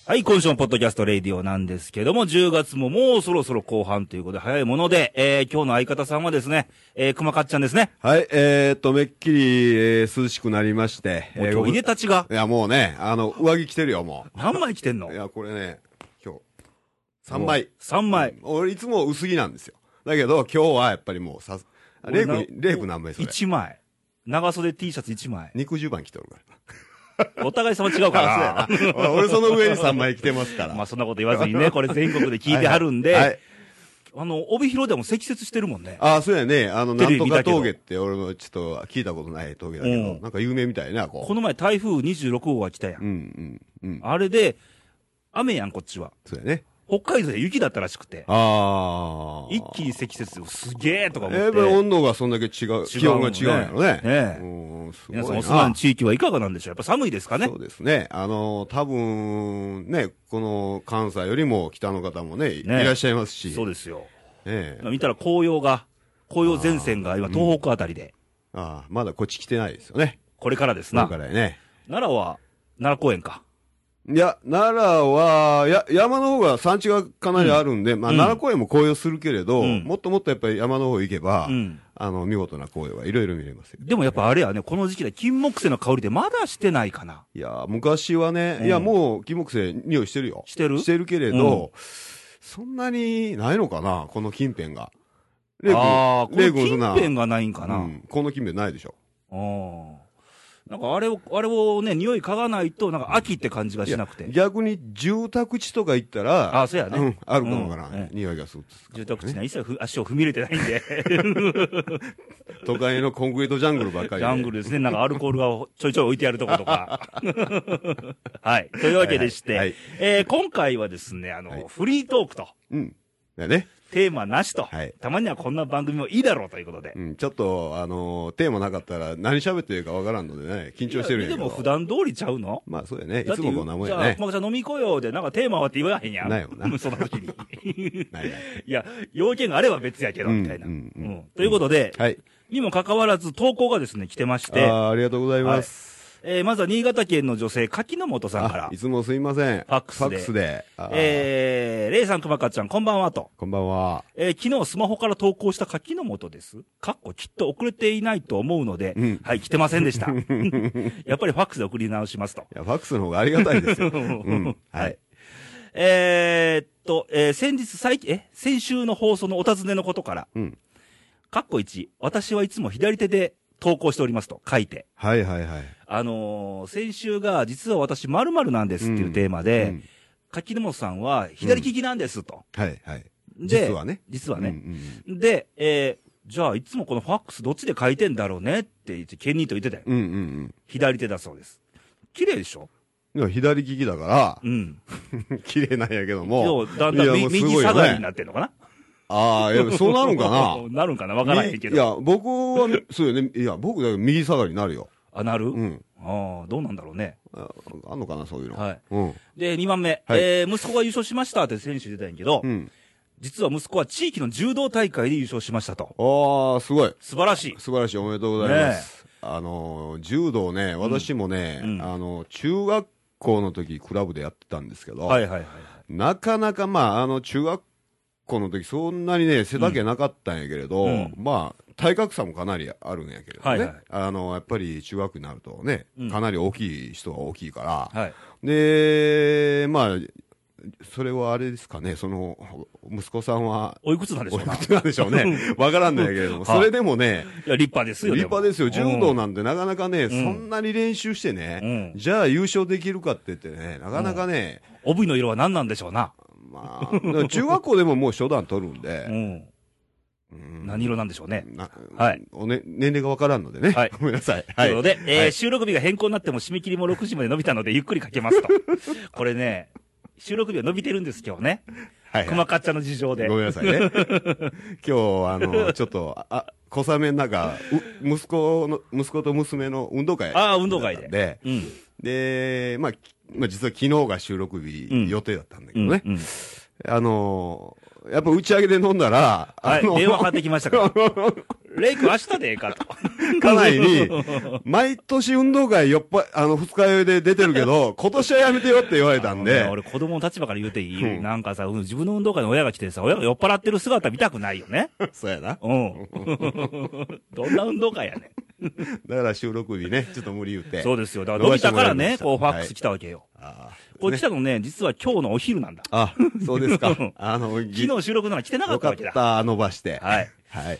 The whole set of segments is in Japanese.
はい、今週のポッドキャストレディオなんですけども、10月ももうそろそろ後半ということで早いもので、今日の相方さんはですね、熊かっちゃんですね。 はい、めっきり、涼しくなりまして。 もう今日、いでたちが。 いや、もうね、上着着てるよ、もう。 何枚着てんの？ いや、これね、今日、3枚。 3枚。 俺、いつも薄着なんですよ。だけど、今日はやっぱりもうレイク何枚それ ?1 枚。長袖 T シャツ1枚。 肉10番着てるから。 お互い様違うからな。俺その上に3枚着てますから。 まあそんなこと言わずにね、これ全国で聞いてはるんで、はい、帯広でも積雪してるもんね。 ああ、そうやね。なんとか峠って俺もちょっと聞いたことない峠だけど、なんか有名みたいな、 この前台風26号が来たやん。あれで、雨やん、こっちは。 そうやね。 北海道で雪だったらしくて。 ああ。 一気に積雪すげえとか思って。 温度がそんだけ気温が違うんやろね。 皆さんお住まいの地域はいかがなんでしょう？やっぱ寒いですかね？ そうですね。多分、ね、この関西よりも北の方もね、いらっしゃいますし。 そうですよ。見たら紅葉前線が今東北あたりで。 ああ、まだこっち来てないですよね。 これからですな。 これからね。 奈良公園か。 いや、奈良は、山の方が山地がかなりあるんで、まあ、奈良公園も紅葉するけれど、もっともっとやっぱり山の方行けば、見事な紅葉はいろいろ見れますよ。 でもやっぱあれやね、この時期で金木犀の香りでまだしてないかな。 いや、昔はね、いや、もう金木犀匂いしてるよ。 してるけれど、そんなにないのかな、この近辺が。 この近辺がないんかな。 この近辺ないでしょ。 なんかあれをね、匂い嗅がないと、なんか秋って感じがしなくて。 逆に住宅地とか行ったら、 そうやね。 あるかもわからん。匂いがする。 住宅地には一切足を踏み入れてないんで。 都会のコンクリートジャングルばっかり。 ジャングルですね。なんかアルコールがちょいちょい置いてあるとことか。はい。というわけでして、今回はですね、フリートークと。 だね。 テーマなしと。たまにはこんな番組もいいだろうということで。 ちょっと、テーマなかったら何喋ってるかわからんのでね、緊張してるんやけど。 でも普段通りちゃうの？ まあそうやね。いつもこんなもんやね。 じゃあ、熊ちゃん飲み来ようで、なんかテーマはって言わへんやん。 ないよな。 その時に。いや、要件があれば別やけど、みたいな。ということで、にもかかわらず投稿がですね、来てまして。 ありがとうございます。 まずは新潟県の女性、柿の本さんから。 いつもすいません。 ファックスで。レイさん、熊かちゃん、こんばんはと。 こんばんは。 昨日スマホから投稿した柿の本です。きっと遅れていないと思うので、はい、来てませんでした。やっぱりファックスで送り直しますと。 いや、ファックスの方がありがたいですよ。 はい。先週の放送のお尋ねのことから、1、私はいつも左手で投稿しておりますと書いて。 はいはいはい。 先週が実は私〇〇なんですっていうテーマで、柿本さんは左利きなんですと。 はいはい。 で、 実はね。 で、じゃあいつもこのファックスどっちで書いてんだろうねって言って、ケニーと言ってたよ。左手だそうです。綺麗でしょ？ いや、左利きだから、綺麗なんやけども。 だんだん右下がりになってんのかな？ そうなるんかななるんかなわからへんけど。 いや、僕は、そうよね。いや、僕だけ右下がりになるよ。 なる？どうなんだろうね。 あんのかな、そういうの。 はい。で、2番目。息子が優勝しましたって選手出たんやけど、実は息子は地域の柔道大会で優勝しましたと。 すごい。 素晴らしい。 素晴らしい。おめでとうございます。柔道ね、私もね、中学校の時クラブでやってたんですけど、なかなか中学校の時そんなにね、背丈なかったんやけれど、体格差もかなりあるんやけれどね。やっぱり中学になるとね、かなり大きい人が大きいから、で、それはあれですかね、息子さんは。 おいくつなんでしょうか。 おいくつなんでしょうね。わからんのやけれども、それでもね。 いや、立派ですよ。 立派ですよ。柔道なんてなかなかね、そんなに練習してね、じゃあ優勝できるかって言ってね、なかなかね。 帯の色は何なんでしょうな。 中学校でももう初段取るんで。 何色なんでしょうね。 はい。年齢がわからんのでね。ごめんなさい。 ということで、収録日が変更になっても締め切りも6時まで伸びたのでゆっくり書けますと。これね、収録日は伸びてるんです今日ね。熊かっちゃんの事情で。 ごめんなさいね。今日、ちょっと、小雨の中、息子と娘の運動会。 運動会で。 で、実は昨日が収録日予定だったんだけどね。やっぱ打ち上げで飲んだら、 電話かかってきましたから。 レイ君明日でええかと。 家内に、毎年運動会二日酔いで出てるけど、今年はやめてよって言われたんで。 俺子供の立場から言うていい、なんかさ、自分の運動会の親が来てさ、親が酔っ払ってる姿見たくないよね。 そうやな。 うん。どんな運動会やねん。 だから収録日ね、ちょっと無理言って。 そうですよ。だから伸びたからね、こうファックス来たわけよ。これ来たのね、実は今日のお昼なんだ。 あ、そうですか。 昨日収録のが来てなかったわけだ。 よかった、伸ばして。 はい。はい。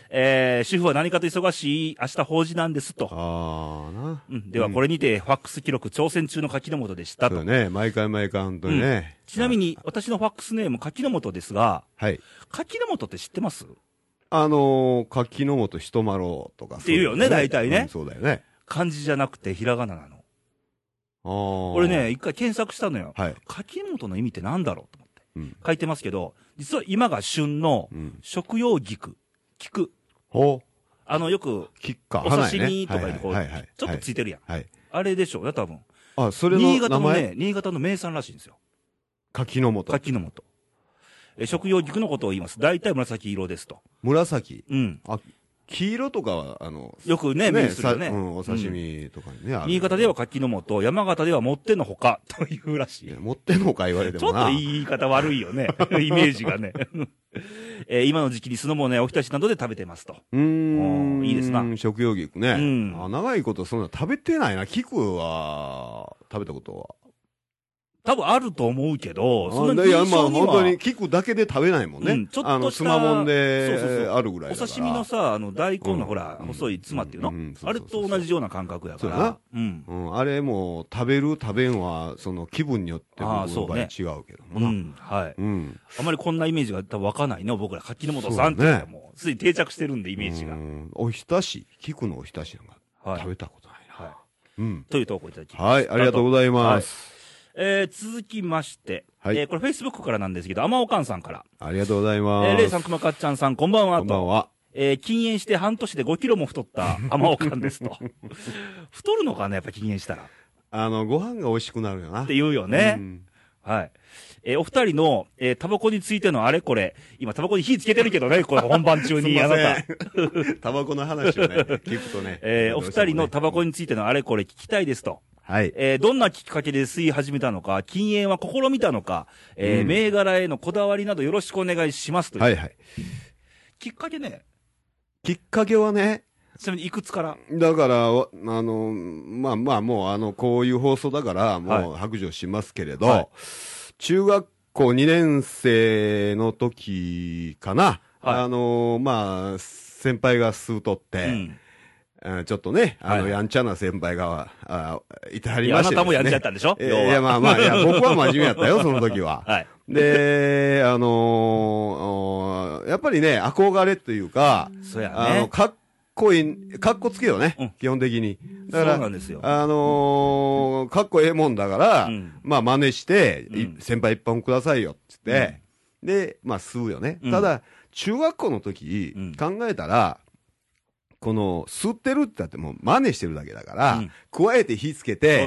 主婦は何かと忙しい、明日法事なんですと。では、これにて、ファックス記録挑戦中の柿本でしたと。 そうね、毎回本当にね。 ちなみに、私のファックスネーム、柿本ですが、 はい。 柿本って知ってます？ 柿本ひとまろとか。 っていうよね、大体ね。 そうだよね。 漢字じゃなくて、ひらがななの。俺ね、一回検索したのよ。柿本の意味って何だろうと思って。書いてますけど、実は今が旬の、食用菊。菊。よく、お刺身とかにこう、ちょっとついてるやん。あれでしょうね、多分。 あ、それの名前？ 新潟の名産らしいんですよ。 柿の本。 柿の本。食用菊のことを言います。大体紫色ですと。 紫？ うん。 黄色とかは、 よくね、目にするよね。 お刺身とかにね。 新潟では柿の本、山形ではもってのほかというらしい。 もってのほか言われてもな。 ちょっと言い方悪いよね。イメージがね。今の時期に酢の物やおひたしなどで食べてますと。いいですな。 食用菊ね。長いことそんな食べてないな。菊は、食べたことは。 多分あると思うけど、 そんなに印象には。本当に菊だけで食べないもんね。 ちょっとスマモンであるぐらいだから。 お刺身のさ、大根のほら、細いつまっていうのあれと同じような感覚やから。 あれも食べる食べんは、その気分によって僕の場合違うけどもな。 はい。あまりこんなイメージが多分湧かないの、僕ら。柿の本さんって言ったらもう、すでに定着してるんで、イメージが。 おひたし、菊のおひたしなんか食べたことないな。 という投稿いただきました。 はい、ありがとうございます。 続きまして、これ Facebook からなんですけど、天おかんさんから。 ありがとうございます。 レイさん、くまかっちゃんさん、こんばんはと。 こんばんは。 禁煙して半年で5キロも太った天おかんですと。太るのかな、やっぱ禁煙したら。 ご飯が美味しくなるよな。 って言うよね。はい。お二人の、タバコについてのあれこれ、今タバコに火つけてるけどね、これ本番中にあなた。 タバコの話をね、聞くとね。 お二人のタバコについてのあれこれ聞きたいですと。 はい。 どんなきっかけで吸い始めたのか、禁煙は試みたのか、銘柄へのこだわりなどよろしくお願いしますという。 はいはい。 きっかけね。 きっかけはね。 ちなみにいくつから？ だから、もうこういう放送だから、もう白状しますけれど、中学校2年生の時かな。先輩が吸うとって、ちょっとね、やんちゃな先輩が、いてはりまして、 あなたもやんちゃったんでしょ？ いや、僕は真面目やったよ、その時は。で、やっぱりね、憧れというか、 そうやね。 かっこつけよね、基本的に。だから、 そうなんですよ。 かっこええもんだから、真似して、先輩一本くださいよ、つって、で、吸うよね。ただ、中学校の時、考えたら、吸ってるって言っても真似してるだけだから、加えて火つけて、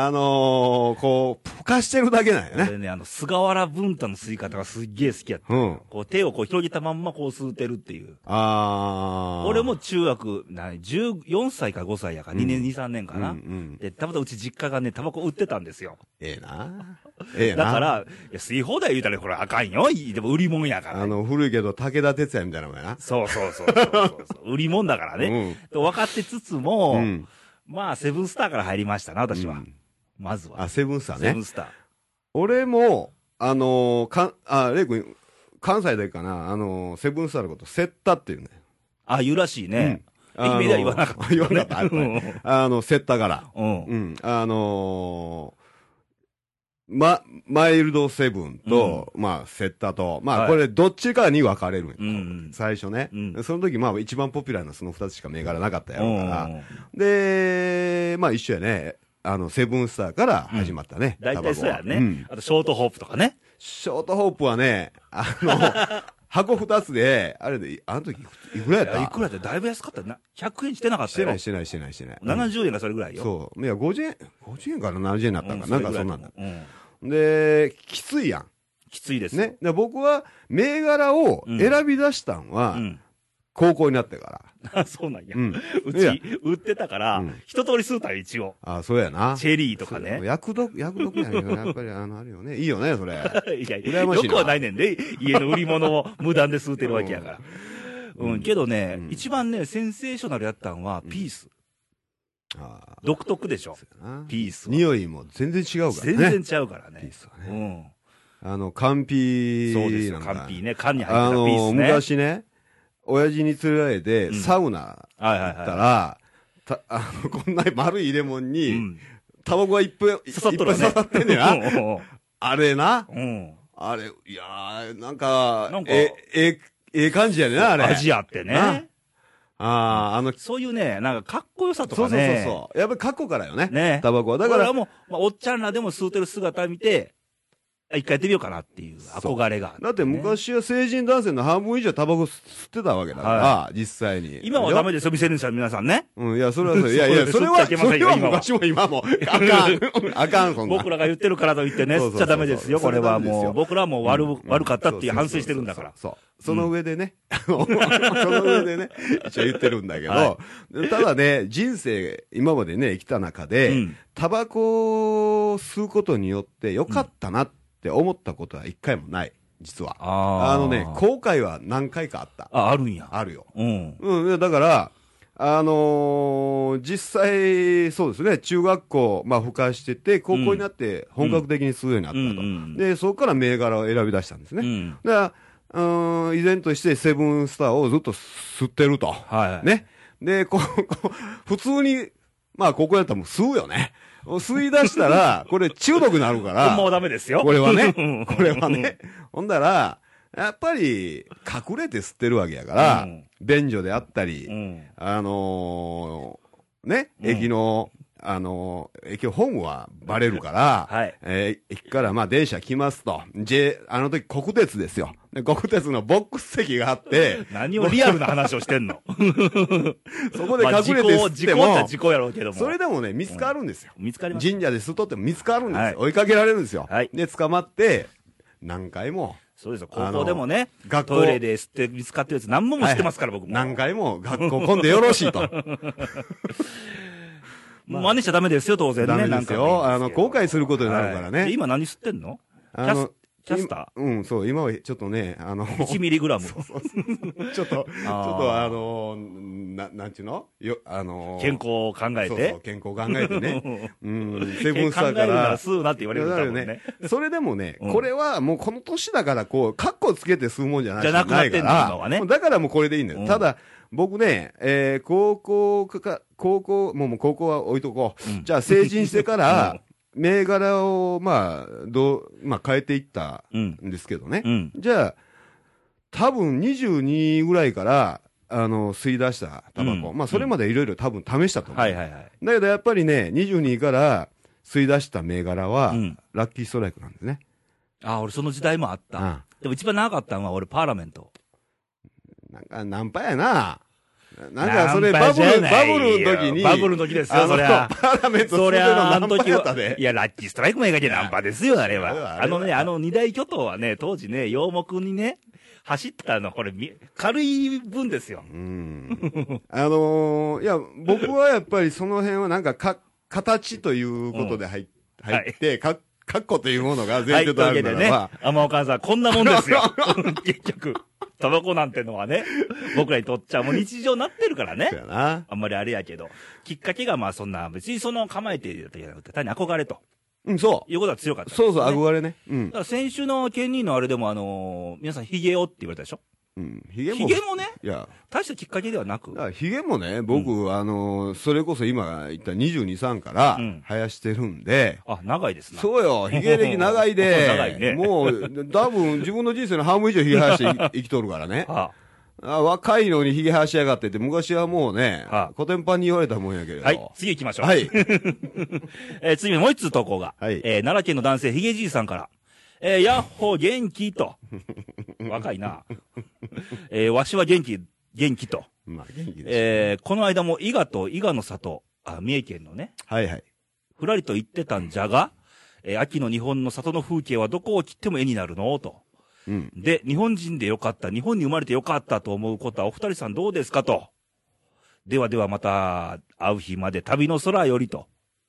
ふかしてるだけなんよね。 これね、菅原文太の吸い方がすっげえ好きやった。手を広げたまんま吸うてるっていう。俺も中学、14歳か5歳やから、2年、2、3年かな。で、たまたまうち実家がね、タバコ売ってたんですよ。 ええな。 だから、吸い放題言うたらこれあかんよ。でも売り物やから。 古いけど武田鉄矢みたいなもんやな。 そう。売り物だからね。分かってつつも、セブンスターから入りましたな、私は。まずは。 セブンスターね。 セブンスター。 俺も、レイ君、関西でかな、セブンスターのこと、セッタっていうね。 言うらしいね。愛媛では言わなかった。 言わなかった。セッタから。マイルドセブンと、セッタと、これどっちかに分かれるんよ。最初ね。その時、一番ポピュラーなその2つしか銘柄なかったやろうから。で、一緒やね。セブンスターから始まったね。 大体そうやね。あと、ショートホープとかね。 ショートホープはね、箱2つで、あれで、あの時、いくらやった？ いくらやった？だいぶ安かったな。100円してなかったよ。 してない。 70円がそれぐらいよ。 そう。いや、50円から70円になったんか。なんかそんなんだ。で、きついやん。 きついです。 ね。僕は、銘柄を選び出したんは、 高校になってから。 あ、そうなんや。うち、売ってたから、一通り吸うたよ、一応。 あ、そうやな。 チェリーとかね。 薬毒やけど、やっぱりあるよね。いいよね、それ。いや、 羨ましいな。よくはないねんで、家の売り物を無断で吸うてるわけやから。けどね、一番ね、センセーショナルやったんは、ピース。独特でしょ。ピース。 匂いも全然違うからね。 全然違うからね。 ピースはね。缶ピー。 そうですよ、缶ピーね。缶に入ってたピースね。 昔ね、親父に連れられて、サウナ行ったら、こんな丸いレモンに、タバコがいっぱい刺さってんねやな。あれな。あれ、いやー、なんか、ええ感じやねな、あれ。 味あってね。 そういうね、なんかかっこよさとかね。 そう。やっぱりかっこからよね。ね。タバコは。だから。 もう、おっちゃんらでも吸うてる姿見て、一回やってみようかなっていう憧れが。 だって昔は成人男性の半分以上タバコ吸ってたわけだから、実際に。 今はダメですよ、見せるんですよ、皆さんね。 いや、それはそう。いや、それは昔も今も。あかん、そんな。 僕らが言ってるからといってね、吸っちゃダメですよ、これはもう。僕らはもう悪かったっていう反省してるんだから。 そう。その上でね、一応言ってるんだけど、ただね、人生、今までね、生きた中で、タバコを吸うことによってよかったなって思ったことは一回もない。実は。後悔は何回かあった。 あるんや。 あるよ。だから、実際、そうですね、中学校、付加してて、高校になって本格的に吸うようになったと。で、そこから銘柄を選び出したんですね。だから、依然としてセブンスターをずっと吸ってると。ね。で、普通に、高校やったらもう吸うよね。吸い出したら、これ中毒になるから。 もうダメですよ。 これはね。ほんだら、やっぱり、隠れて吸ってるわけやから、便所であったり、駅の、駅ホームはバレるから、駅から電車来ますと。あの時国鉄ですよ。国鉄のボックス席があって。 何をリアルな話をしてんのそこで隠れて吸っても、 事故やろうけども。 それでもね、見つかるんですよ。 見つかります。 神社で吸っとっても見つかるんですよ。追いかけられるんですよ。で、捕まって、何回も。 そうですよ。高校でもね、トイレで吸って見つかってるやつ何本も知ってますから、僕も。 何回も学校混んでよろしいと。 真似しちゃダメですよ、当然ね。 ダメですよ。後悔することになるからね。 今何吸ってんのキャスターそう、今はちょっとね、 1ミリグラム。 ちょっと、なんちゅうの健康を考えて。 そう、健康を考えてね。セブンスターから。 吸うなって言われるんだもんね。 それでもね、これはもうこの年だから、カッコつけて吸うもんじゃないから。 じゃなくなってんの、今はね。 だからもうこれでいいんだよ。ただ、僕ね、高校は置いとこう。じゃあ成人してから、銘柄を、変えていったんですけどね。じゃあ、多分22ぐらいから、吸い出したタバコ。それまでいろいろ多分試したと思う。だけどやっぱりね、22から吸い出した銘柄は、ラッキーストライクなんですね。 俺その時代もあった。でも一番長かったのは俺パーラメント。 ナンパやな。なんかそれバブルの時に。 バブルの時ですよ、そりゃ。 パーラメントそれのナンパやったで。 いや、ラッキーストライクも映画でナンパですよ、あれは。二大巨頭はね、当時ね、洋木にね、走ったの、これ、軽い分ですよ。 いや、僕はやっぱりその辺はなんか形ということで入って、カッコというものが前提とあるならば。 天岡さん、こんなもんですよ。結局。タバコなんてのはね、僕らにとっちゃもう日常になってるからね。あんまりあれやけど。きっかけがそんな、別に構えてるじゃなくて、単に憧れと。 そう。 いうことは強かった。 そうそう、憧れね。 だから先週のケンニーのあれでも皆さんヒゲをって言われたでしょ。ヒゲもね、いや、大したきっかけではなく。 ヒゲもね、僕、それこそ今言った22、3から生やしてるんで。 長いですね。 そうよ、ヒゲ歴長いで。 長いね。 もう、多分自分の人生の半分以上ヒゲ生やして生きとるからね。若いのにヒゲ生やしやがってって、昔はもうね、コテンパンに言われたもんやけれど。 はい、次行きましょう。次もう一通投稿が。奈良県の男性ヒゲじいさんから。やっほ元気と。若いな。わしは元気と。 元気です。 この間も伊賀と伊賀の里、三重県のね。ふらりと言ってたんじゃが、秋の日本の里の風景はどこを切っても絵になるのと。 で、日本人でよかった、日本に生まれてよかったと思うことはお二人さんどうですかと。ではではまた会う日まで旅の空よりと。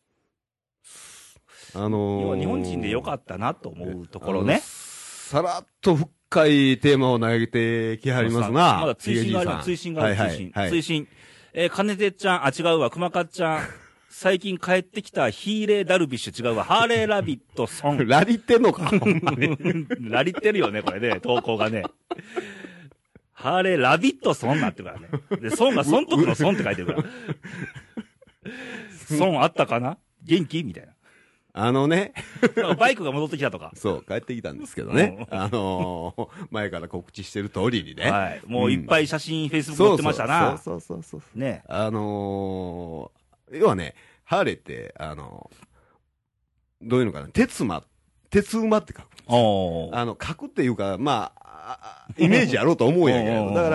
要は日本人でよかったなと思うところね。 さらっと深いテーマを投げてきはりますな。 まだ追伸があります。追伸がある。追伸。金手ちゃん、違うわ、熊かっちゃん。最近帰ってきたヒーレーダルビッシュ違うわ、ハーレーラビットソン。 ラリってんのかほんまに。 ラリってるよね、これね、投稿がね。ハーレーラビットソンなってるからね。で、ソンがソンとくのソンって書いてるから。ソンあったかな元気みたいな。バイクが戻ってきたとか。 そう、帰ってきたんですけどね。前から告知してる通りにね。 はい。もういっぱい写真、フェイスブック載ってましたな。 そう。 ね。 要はね、ハーレーって、どういうのかな、鉄馬って書くんですよ。書くっていうか、まあ、イメージやろうと思うんやけど、だから、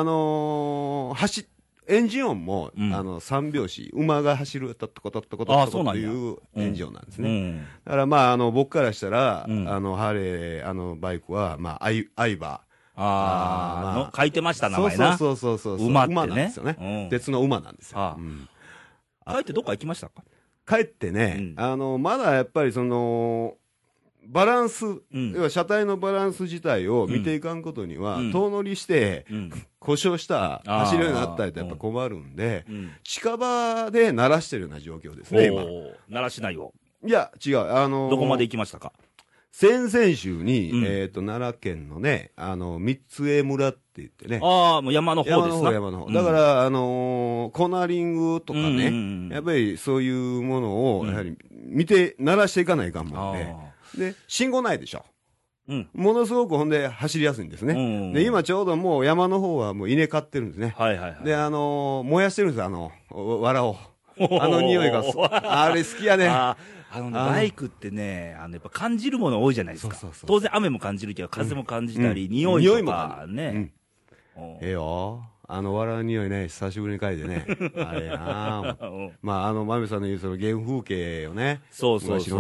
エンジン音も、三拍子、馬が走る、トットコトットコトットコっていうエンジン音なんですね。だからまあ、僕からしたら、ハーレー、バイクは、まあ、アイバー。 書いてました、名前な。 そう。 馬なんですよね。鉄の馬なんですよ。 帰ってどっか行きましたか？ 帰ってね、まだやっぱりバランス、要は車体のバランス自体を見ていかんことには、遠乗りして、故障した走るようになったりとやっぱ困るんで、近場で鳴らしてるような状況ですね、今。 鳴らしないよ。 いや、違う。 どこまで行きましたか？ 先々週に、奈良県のね、三江村って言ってね。 もう山の方ですね。 山の方。だから、コーナリングとかね、やっぱりそういうものを、やはり鳴らしていかないかんもんで。で、信号ないでしょ。ものすごくほんで走りやすいんですね。で、今ちょうどもう山の方はもう稲刈ってるんですね。で、燃やしてるんです、藁を。匂いが、あれ好きやね。 バイクってね、やっぱ感じるもの多いじゃないですか。当然雨も感じるけど、風も感じたり、匂いとかね。 ええよ。藁の匂いね、久しぶりに嗅いでね。あれなまあ、まめさんの言うその原風景をね。 そう。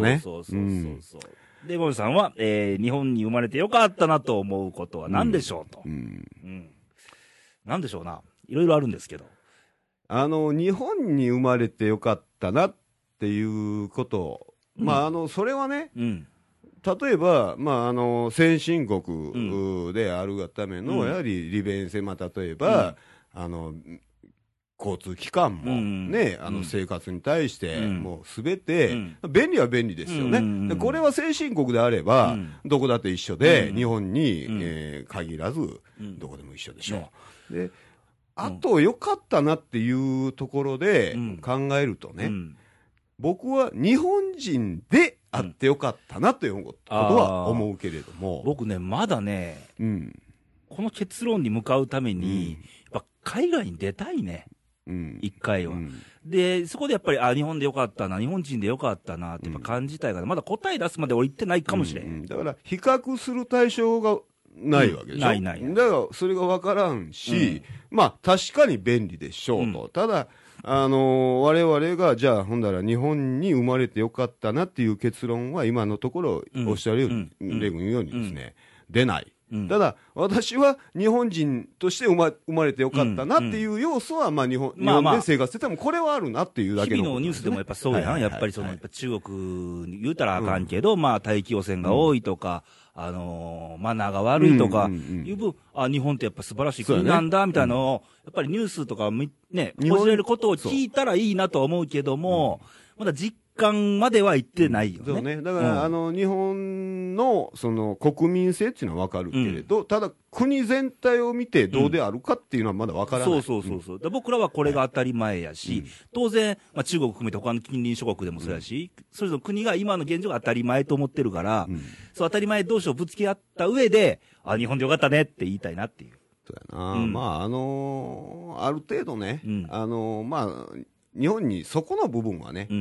で、もみさんは、日本に生まれてよかったなと思うことは何でしょうと。何でしょうな。いろいろあるんですけど。 日本に生まれてよかったなっていうこと。まあ、それはね、例えば、まあ、先進国であるがための、やはり利便性、まあ、例えば、交通機関もね、生活に対して、もうすべて、便利は便利ですよね。でこれは先進国であれば、どこだって一緒で、日本に限らず、どこでも一緒でしょう。で、あと、良かったなっていうところで考えるとね、僕は日本人であってよかったなということは思うけれども。 僕ね、まだね、この結論に向かうために、やっぱ海外に出たいね。一回は。で、そこでやっぱり、日本でよかったな、日本人でよかったなってやっぱ感じたいから、まだ答え出すまで俺言ってないかもしれん。 だから、比較する対象がないわけでしょ。ない。だから、それがわからんし、まあ、確かに便利でしょうと。ただ、我々が、じゃあ、ほんだら日本に生まれてよかったなっていう結論は、今のところ、おっしゃるように、レグのようにですね、出ない。ただ、私は日本人として生まれてよかったなっていう要素は、まあ日本で生活してても、これはあるなっていうだけの、 日々のニュースでもやっぱそうやん。やっぱりやっぱ中国に言うたらあかんけど、まあ大気汚染が多いとか、マナーが悪いとか、いう分、日本ってやっぱ素晴らしい国なんだ、みたいなのを、やっぱりニュースとかね、報じれることを聞いたらいいなとは思うけども、まだ実感までは行ってないよね。 そうね。だから、日本の、国民性っていうのはわかるけれど、ただ、国全体を見てどうであるかっていうのはまだわからない。 そう。僕らはこれが当たり前やし、当然、まあ中国含めて他の近隣諸国でもそうやし、それぞれ国が今の現状が当たり前と思ってるから、そう当たり前同士をぶつけ合った上で、日本でよかったねって言いたいなっていう。 そうやな。まあ、ある程度ね、まあ、日本にそこの部分はね、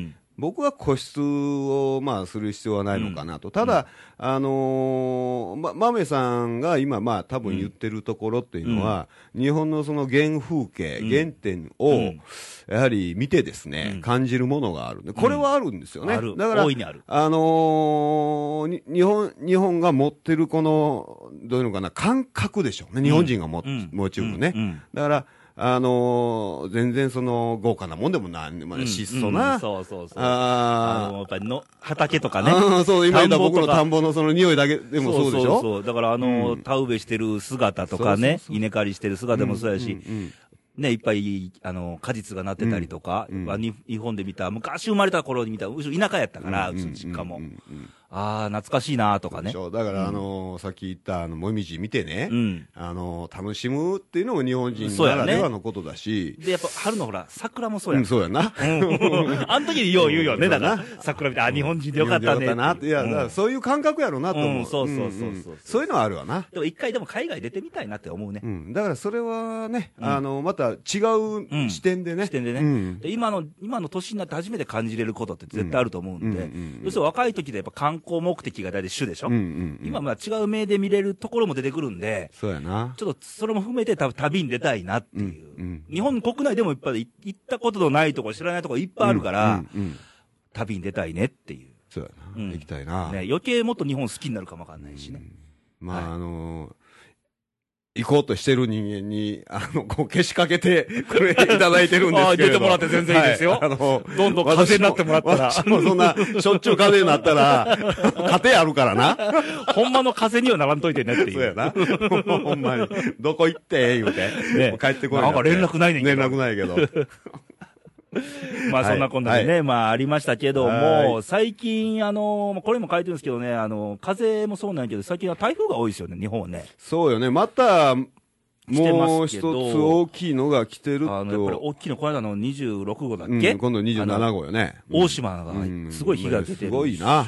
僕は固執を、まあ、する必要はないのかなと。ただ、豆さんが今、まあ、多分言ってるところっていうのは、日本のその原風景、原点を、やはり見てですね、感じるものがあるんで、これはあるんですよね。だから、 大いにある。 日本が持ってるこの、どういうのかな、感覚でしょうね。日本人が持ちうるね。だから、全然その豪華なもんでもない、質素な。 そうそうそう。やっぱり畑とかね。 そう、今言った僕の田んぼのその匂いだけでもそうでしょ。 そう。だから田植えしてる姿とかね、稲刈りしてる姿もそうやし、ね、いっぱい、果実がなってたりとか、日本で見た、昔生まれた頃に見た、田舎やったから、うちの実家も。ああ、懐かしいなとかね。 だからさっき言ったもみじ見てね、楽しむっていうのも日本人ならではのことだし。 で、やっぱ春のほら、桜もそうやん。 そうやな。 あの時によう言うよね、だから。桜見て、日本人でよかったね。 いや、そういう感覚やろうなと思う。 そう。 そういうのはあるわな。 でも一回でも海外出てみたいなって思うね。 だからそれはね、また違う視点でね。 で、今の年になって初めて感じれることって絶対あると思うんで、要するに若い時でやっぱ観光目的が大体主でしょ。今まあ違う目で見れるところも出てくるんで、 そうやな。 ちょっとそれも含めて旅に出たいなっていう。日本国内でもいっぱい行ったことのないところ、知らないところいっぱいあるから、旅に出たいねっていう。 そうやな。行きたいな。 余計もっと日本好きになるかもわかんないしね。 まあ行こうとしてる人間に、けしかけて、これいただいてるんですけど。 出てもらって全然いいですよ。どんどん風になってもらったら。 私もそんな、しょっちゅう風になったら、糧あるからな。 ほんまの風にはならんといてねっていう。 そうやな。ほんまに。どこ行って言うて。帰ってこない。 なんか連絡ないねんけど。連絡ないけど。 まあそんなこんなでね、まあありましたけども、最近これも書いてるんですけどね、風もそうなんやけど、最近は台風が多いですよね、日本はね。 そうよね。また、もう一つ大きいのが来てると。 やっぱり大きいの、この間の26号だっけ？ 今度27号よね。 大島がすごい被害出てる。すごいな。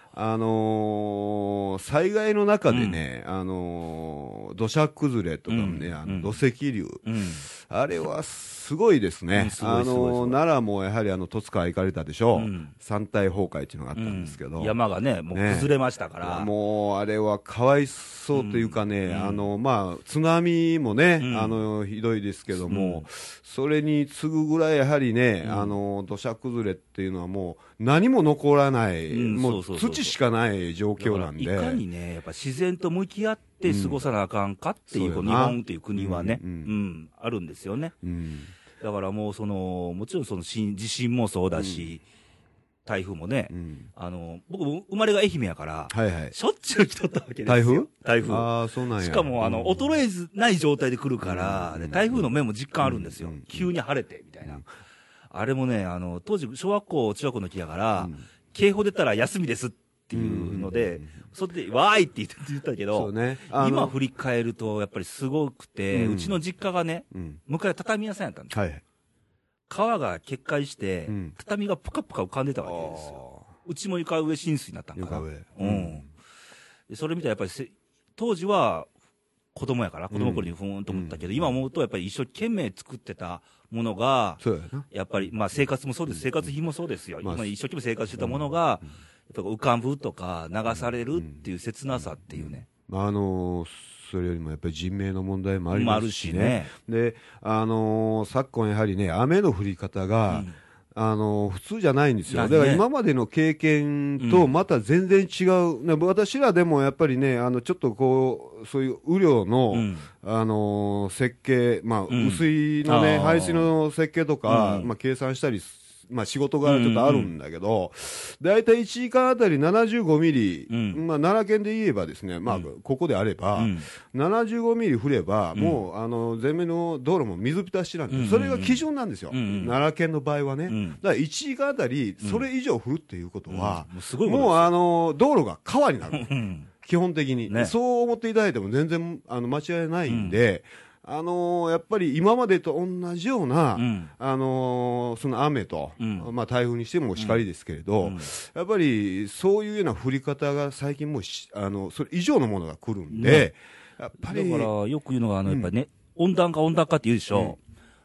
災害の中でね、土砂崩れとかね、土石流。あれはすごいですね。奈良もやはり戸塚行かれたでしょ。山体崩壊っていうのがあったんですけど。 山がね、もう崩れましたから。 もうあれはかわいそうというかね、まあ、津波もね、ひどいですけども、それに次ぐぐらいやはりね、土砂崩れっていうのはもう何も残らない、もう土しかない状況なんで。 いかにね、やっぱ自然と向き合って過ごさなあかんかっていう、日本っていう国はね、あるんですよね。だからもうもちろん地震もそうだし、台風もね、僕も生まれが愛媛やから、しょっちゅう来とったわけですよ。台風ああ、そうなんや。 しかも、衰えずない状態で来るから、台風の目も実感あるんですよ。急に晴れて、みたいな。あれもね、当時、小学校、中学校の時だから、警報出たら休みですっていうので、それで、わーいって言ったけど、今振り返ると、やっぱりすごくて、うちの実家がね、昔畳屋さんやったんですよ。川が決壊して、畳がぷかぷか浮かんでたわけですよ。うちも床上浸水になったんかな。それ見たらやっぱり、当時は子供やから、子供頃にふーんと思ったけど、今思うとやっぱり一生懸命作ってたものが、やっぱり、まあ生活もそうです、生活費もそうですよ。今一生懸命生活してたものが、やっぱ浮かぶとか流されるっていう切なさっていうね。 それよりもやっぱり人命の問題もありますしね。で、昨今やはりね、雨の降り方が、普通じゃないんですよ。だから今までの経験とまた全然違う。私らでもやっぱりね、ちょっとこう、そういう雨量の、設計、まあ、雨水のね、排水の設計とか、まあ、計算したりまあ仕事がちょっとあるんだけど、だいたい1時間あたり75ミリ、まあ奈良県で言えばですね、まあここであれば、75ミリ降れば、もう全面の道路も水浸しなんです。それが基準なんですよ。奈良県の場合はね。だから1時間あたりそれ以上降るっていうことは、もう道路が川になる。基本的に。そう思っていただいても全然間違いないんで、やっぱり今までと同じような、その雨と、まあ台風にしてもしかりですけれど、やっぱりそういうような降り方が最近もうそれ以上のものが来るんで、やっぱり。 だからよく言うのが、やっぱりね、温暖化って言うでしょ。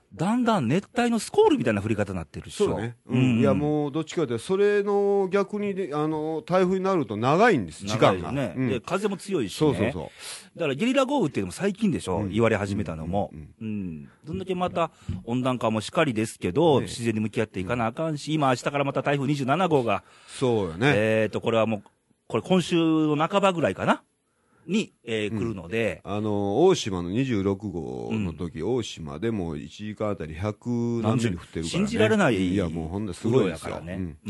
だんだん熱帯のスコールみたいな降り方になってるでしょ。 そうね。いや、もう、どっちかというと、それの逆にで、台風になると長いんです、時間が。 ね。で、風も強いしね。 そう。 だからゲリラ豪雨っていうのも最近でしょ、言われ始めたのも。どんだけまた温暖化もしかりですけど、自然に向き合っていかなあかんし、今明日からまた台風27号が。 そうよね。 これはもう、これ今週の半ばぐらいかなに、来るので。 大島の26号の時、大島でも1時間あたり100何ミリ降ってるからね。 信じられない。 いや、もうほんですごいですよ。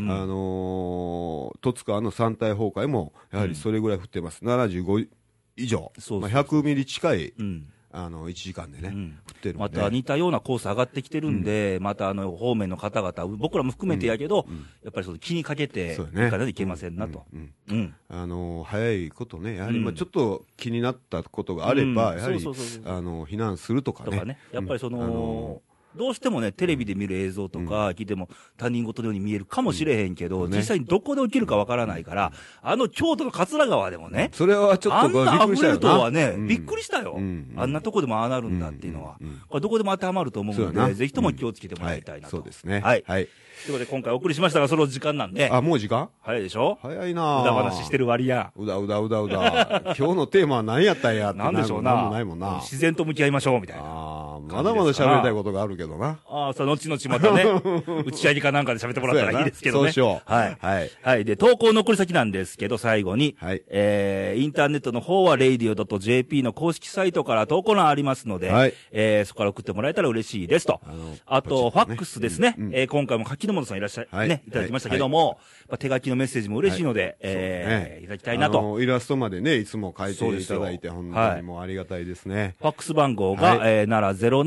十津川の山体崩壊も、やはりそれぐらい降ってます。75以上。100ミリ近い。1時間でね、降ってるんで。 また似たようなコース上がってきてるんで、また方面の方々、僕らも含めてやけど、やっぱりその気にかけていかないといけませんなと。 早いことね、やはりちょっと気になったことがあれば、やはり避難するとかね。 やっぱりどうしてもね、テレビで見る映像とか聞いても他人事のように見えるかもしれへんけど、実際にどこで起きるかわからないから、京都の桂川でもね、 それはちょっとあんな溢れるとはね、びっくりしたよ。あんなとこでもああなるんだっていうのは。これどこでも当てはまると思うので、ぜひとも気をつけてもらいたいなと。 そうですね。 はい。ということで今回お送りしましたが、その時間なんで。 もう時間早いでしょ？ 早いな。 うだ話してる割や。 うだ。今日のテーマは何やったんやって。 なんでしょうな。 なんもないもんな。 自然と向き合いましょうみたいな。 まだまだ喋りたいことがあるけどな。 後々またね、打ち上げかなんかで喋ってもらったらいいですけどね。 そうしよう。 はい。で、投稿の送り先なんですけど、最後に、インターネットの方は radio.jp の公式サイトから投稿欄ありますので、そこから送ってもらえたら嬉しいですと。あと、ファックスですね。今回も柿本さんいらっしゃい、ね、いただきましたけども、手書きのメッセージも嬉しいので、いただきたいなと。 イラストまでね、いつも書いていただいて、本当にもうありがたいですね。 ファックス番号が、奈良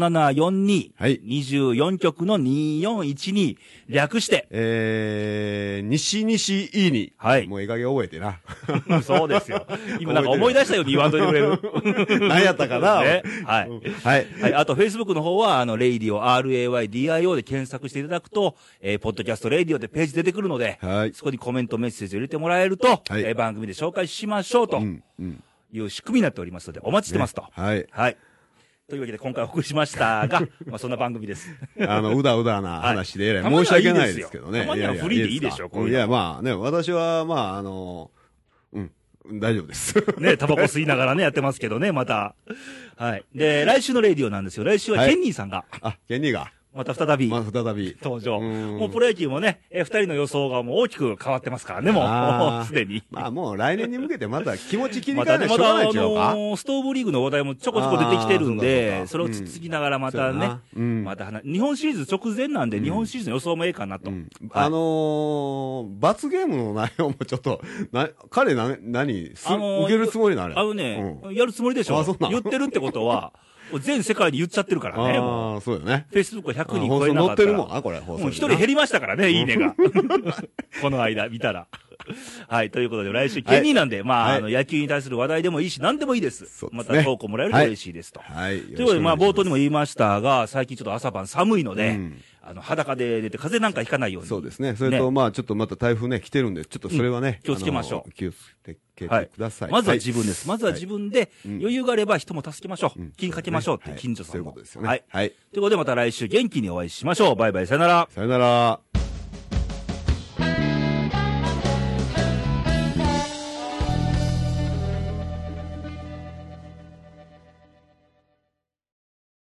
0742、24局の2412、略して、 西いいに。もう絵描き覚えてな。 そうですよ。今なんか思い出したように言わんといてくれる。 何やったかなね。はい。あと、Facebook の方は、Radio、RAYDIO で検索していただくと、ポッドキャストRadioでページ出てくるので、そこにコメントメッセージを入れてもらえると、番組で紹介しましょうという仕組みになっておりますので、お待ちしてますと。はい。というわけで今回お送りしましたが、そんな番組です。 うだな話でえらい申し訳ないですけどね。 たまにはフリーでいいでしょ、こういうの。 いや、まあね、私は、大丈夫です。 ね、タバコ吸いながらね、やってますけどね、また。はい。で、来週のレディオなんですよ。来週はケンニーさんが。 ケンニーが。 また再び。登場。もうプロ野球もね、二人の予想がもう大きく変わってますからね、もうすでに。 もう来年に向けてまた気持ち切り替えないとしょうがないんちゃうか。 ストーブリーグの話題もちょこちょこ出てきてるんで、それをつつきながらまたね、日本シリーズ直前なんで、日本シリーズの予想もええかなと。 罰ゲームの内容もちょっと、彼受けるつもりなの？ やるつもりでしょ。言ってるってことは、全世界に言っちゃってるからね。 そうよね。 Facebook は100人超えなかったら。 載ってるもんな、これ。 もう一人減りましたからね、いいねが。この間、見たら。はい、ということで、来週、ケニーなんで、野球に対する話題でもいいし、何でもいいです。また投稿もらえると嬉しいですと。ということで、冒頭にも言いましたが、最近ちょっと朝晩寒いので、裸で出て風邪なんかひかないように。 そうですね。それと、ちょっとまた台風ね、来てるんで、ちょっとそれはね。 気をつけましょう。 気をつけてください。 まずは自分です。まずは自分で、余裕があれば人も助けましょう。気にかけましょうって、近所さんも。 そういうことですよね。 はい。ということで、また来週元気にお会いしましょう。バイバイ、さよなら。 さよなら。